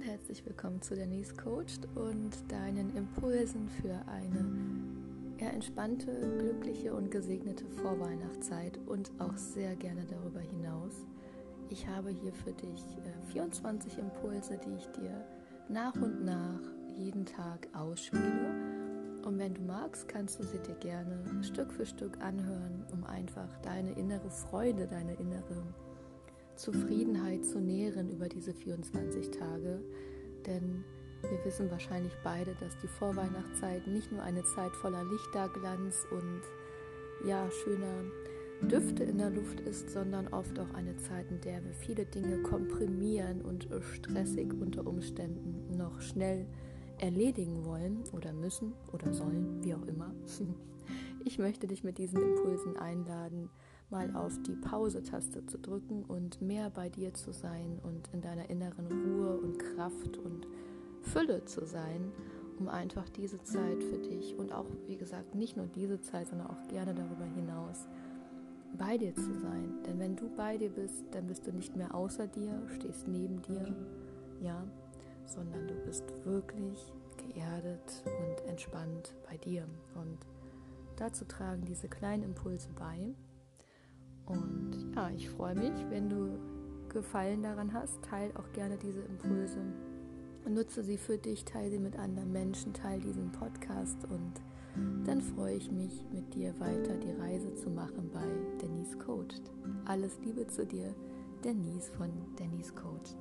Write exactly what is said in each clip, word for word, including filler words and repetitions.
herzlich willkommen zu Denise Coached und deinen Impulsen für eine eher entspannte, glückliche und gesegnete Vorweihnachtszeit und auch sehr gerne darüber hinaus. Ich habe hier für dich äh, vierundzwanzig Impulse, die ich dir nach und nach jeden Tag ausspiele. Und wenn du magst, kannst du sie dir gerne Stück für Stück anhören, um einfach deine innere Freude, deine innere Zufriedenheit zu nähren über diese vierundzwanzig Tage, denn wir wissen wahrscheinlich beide, dass die Vorweihnachtszeit nicht nur eine Zeit voller Lichterglanz und ja, schöner Düfte in der Luft ist, sondern oft auch eine Zeit, in der wir viele Dinge komprimieren und stressig unter Umständen noch schnell erledigen wollen oder müssen oder sollen, wie auch immer. Ich möchte dich mit diesen Impulsen einladen, mal auf die Pause-Taste zu drücken und mehr bei dir zu sein und in deiner inneren Ruhe und Kraft und Fülle zu sein, um einfach diese Zeit für dich und auch, wie gesagt, nicht nur diese Zeit, sondern auch gerne darüber hinaus bei dir zu sein. Denn wenn du bei dir bist, dann bist du nicht mehr außer dir, stehst neben dir, ja, sondern du bist wirklich geerdet und entspannt bei dir. Und dazu tragen diese kleinen Impulse bei. Und ja, ich freue mich, wenn du Gefallen daran hast. Teil auch gerne diese Impulse. Nutze sie für dich, teile sie mit anderen Menschen, teile diesen Podcast und dann freue ich mich, mit dir weiter die Reise zu machen bei Denise Coached. Alles Liebe zu dir, Denise von Denise Coached.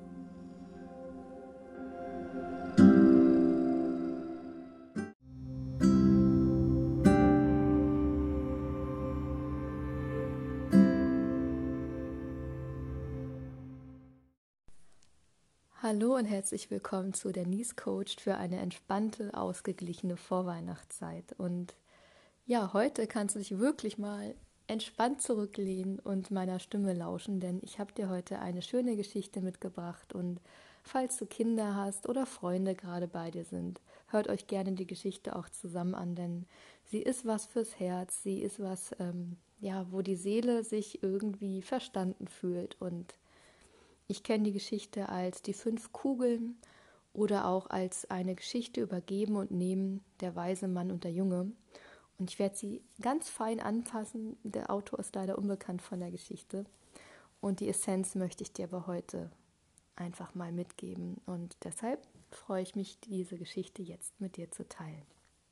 Hallo und herzlich willkommen zu Denise Coached für eine entspannte, ausgeglichene Vorweihnachtszeit. Und ja, heute kannst du dich wirklich mal entspannt zurücklehnen und meiner Stimme lauschen, denn ich habe dir heute eine schöne Geschichte mitgebracht. Und falls du Kinder hast oder Freunde gerade bei dir sind, hört euch gerne die Geschichte auch zusammen an, denn sie ist was fürs Herz, sie ist was, ähm, ja, wo die Seele sich irgendwie verstanden fühlt. Und ich kenne die Geschichte als die fünf Kugeln oder auch als eine Geschichte über Geben und Nehmen, der weise Mann und der Junge. Und ich werde sie ganz fein anpassen. Der Autor ist leider unbekannt von der Geschichte. Und die Essenz möchte ich dir aber heute einfach mal mitgeben. Und deshalb freue ich mich, diese Geschichte jetzt mit dir zu teilen.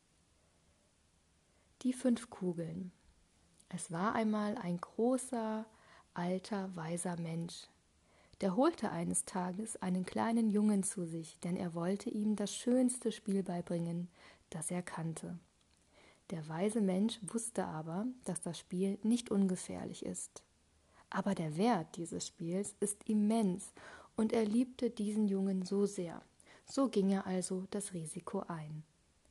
Die fünf Kugeln. Es war einmal ein großer, alter, weiser Mensch. Der holte eines Tages einen kleinen Jungen zu sich, denn er wollte ihm das schönste Spiel beibringen, das er kannte. Der weise Mensch wusste aber, dass das Spiel nicht ungefährlich ist. Aber der Wert dieses Spiels ist immens und er liebte diesen Jungen so sehr. So ging er also das Risiko ein.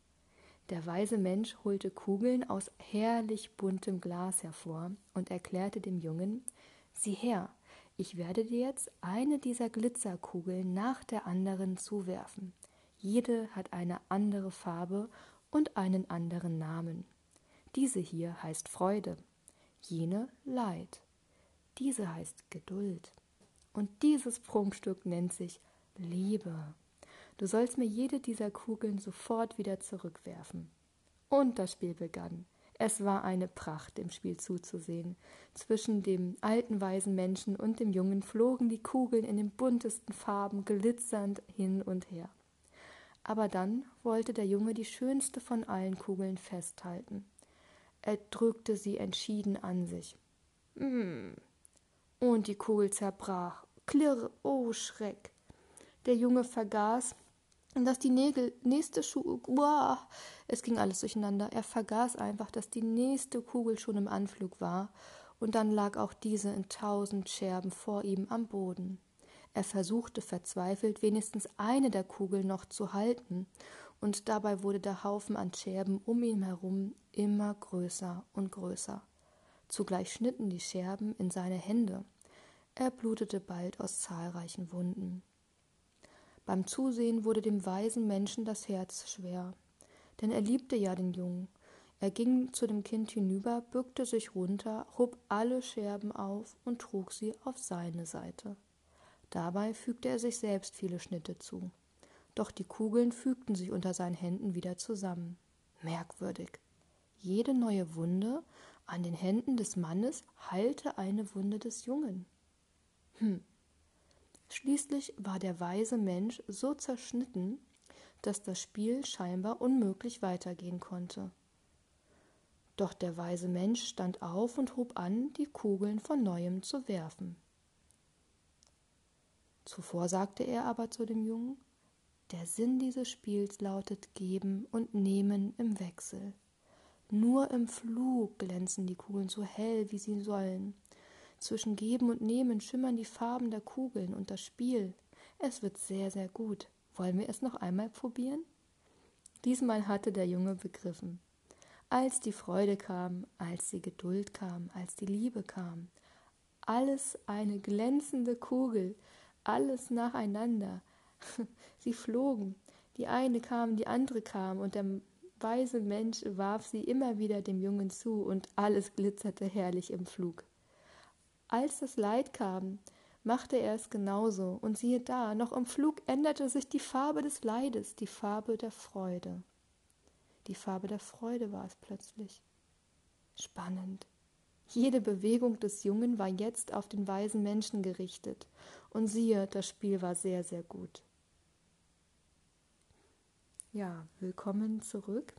Der weise Mensch holte Kugeln aus herrlich buntem Glas hervor und erklärte dem Jungen: Sieh her, ich werde dir jetzt eine dieser Glitzerkugeln nach der anderen zuwerfen. Jede hat eine andere Farbe und einen anderen Namen. Diese hier heißt Freude, jene Leid, diese heißt Geduld und dieses Prunkstück nennt sich Liebe. Du sollst mir jede dieser Kugeln sofort wieder zurückwerfen. Und das Spiel begann. Es war eine Pracht, dem Spiel zuzusehen. Zwischen dem alten weisen Menschen und dem Jungen flogen die Kugeln in den buntesten Farben glitzernd hin und her. Aber dann wollte der Junge die schönste von allen Kugeln festhalten. Er drückte sie entschieden an sich. Mm. Und die Kugel zerbrach. Klirr, oh Schreck! Der Junge vergaß, dass die Nägel, nächste Schuhe, uah, es ging alles durcheinander. Er vergaß einfach, dass die nächste Kugel schon im Anflug war und dann lag auch diese in tausend Scherben vor ihm am Boden. Er versuchte verzweifelt, wenigstens eine der Kugeln noch zu halten und dabei wurde der Haufen an Scherben um ihn herum immer größer und größer. Zugleich schnitten die Scherben in seine Hände. Er blutete bald aus zahlreichen Wunden. Beim Zusehen wurde dem weisen Menschen das Herz schwer, denn er liebte ja den Jungen. Er ging zu dem Kind hinüber, bückte sich runter, hob alle Scherben auf und trug sie auf seine Seite. Dabei fügte er sich selbst viele Schnitte zu. Doch die Kugeln fügten sich unter seinen Händen wieder zusammen. Merkwürdig. Jede neue Wunde an den Händen des Mannes heilte eine Wunde des Jungen. Hm. Schließlich war der weise Mensch so zerschnitten, dass das Spiel scheinbar unmöglich weitergehen konnte. Doch der weise Mensch stand auf und hob an, die Kugeln von neuem zu werfen. Zuvor sagte er aber zu dem Jungen: Der Sinn dieses Spiels lautet Geben und Nehmen im Wechsel. Nur im Flug glänzen die Kugeln so hell, wie sie sollen. Zwischen Geben und Nehmen schimmern die Farben der Kugeln und das Spiel. Es wird sehr, sehr gut. Wollen wir es noch einmal probieren? Diesmal hatte der Junge begriffen. Als die Freude kam, als die Geduld kam, als die Liebe kam, alles eine glänzende Kugel, alles nacheinander. Sie flogen, die eine kam, die andere kam, und der weise Mensch warf sie immer wieder dem Jungen zu, und alles glitzerte herrlich im Flug. Als das Leid kam, machte er es genauso, und siehe da, noch im Flug änderte sich die Farbe des Leides, die Farbe der Freude. Die Farbe der Freude war es plötzlich. Spannend. Jede Bewegung des Jungen war jetzt auf den weisen Menschen gerichtet, und siehe, das Spiel war sehr, sehr gut. Ja, willkommen zurück.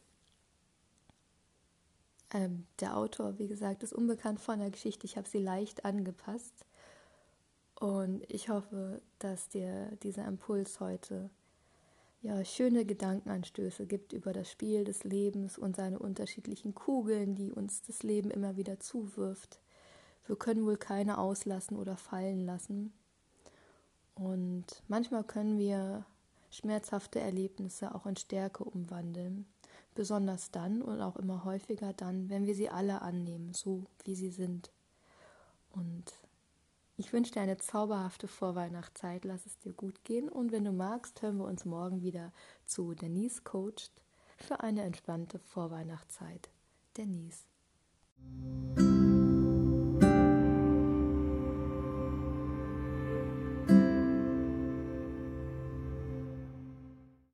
Ähm, der Autor, wie gesagt, ist unbekannt von der Geschichte. Ich habe sie leicht angepasst. Und ich hoffe, dass dir dieser Impuls heute ja, schöne Gedankenanstöße gibt über das Spiel des Lebens und seine unterschiedlichen Kugeln, die uns das Leben immer wieder zuwirft. Wir können wohl keine auslassen oder fallen lassen. Und manchmal können wir schmerzhafte Erlebnisse auch in Stärke umwandeln. Besonders dann und auch immer häufiger dann, wenn wir sie alle annehmen, so wie sie sind. Und ich wünsche dir eine zauberhafte Vorweihnachtszeit, lass es dir gut gehen, und wenn du magst, hören wir uns morgen wieder zu Denise Coacht für eine entspannte Vorweihnachtszeit. Denise.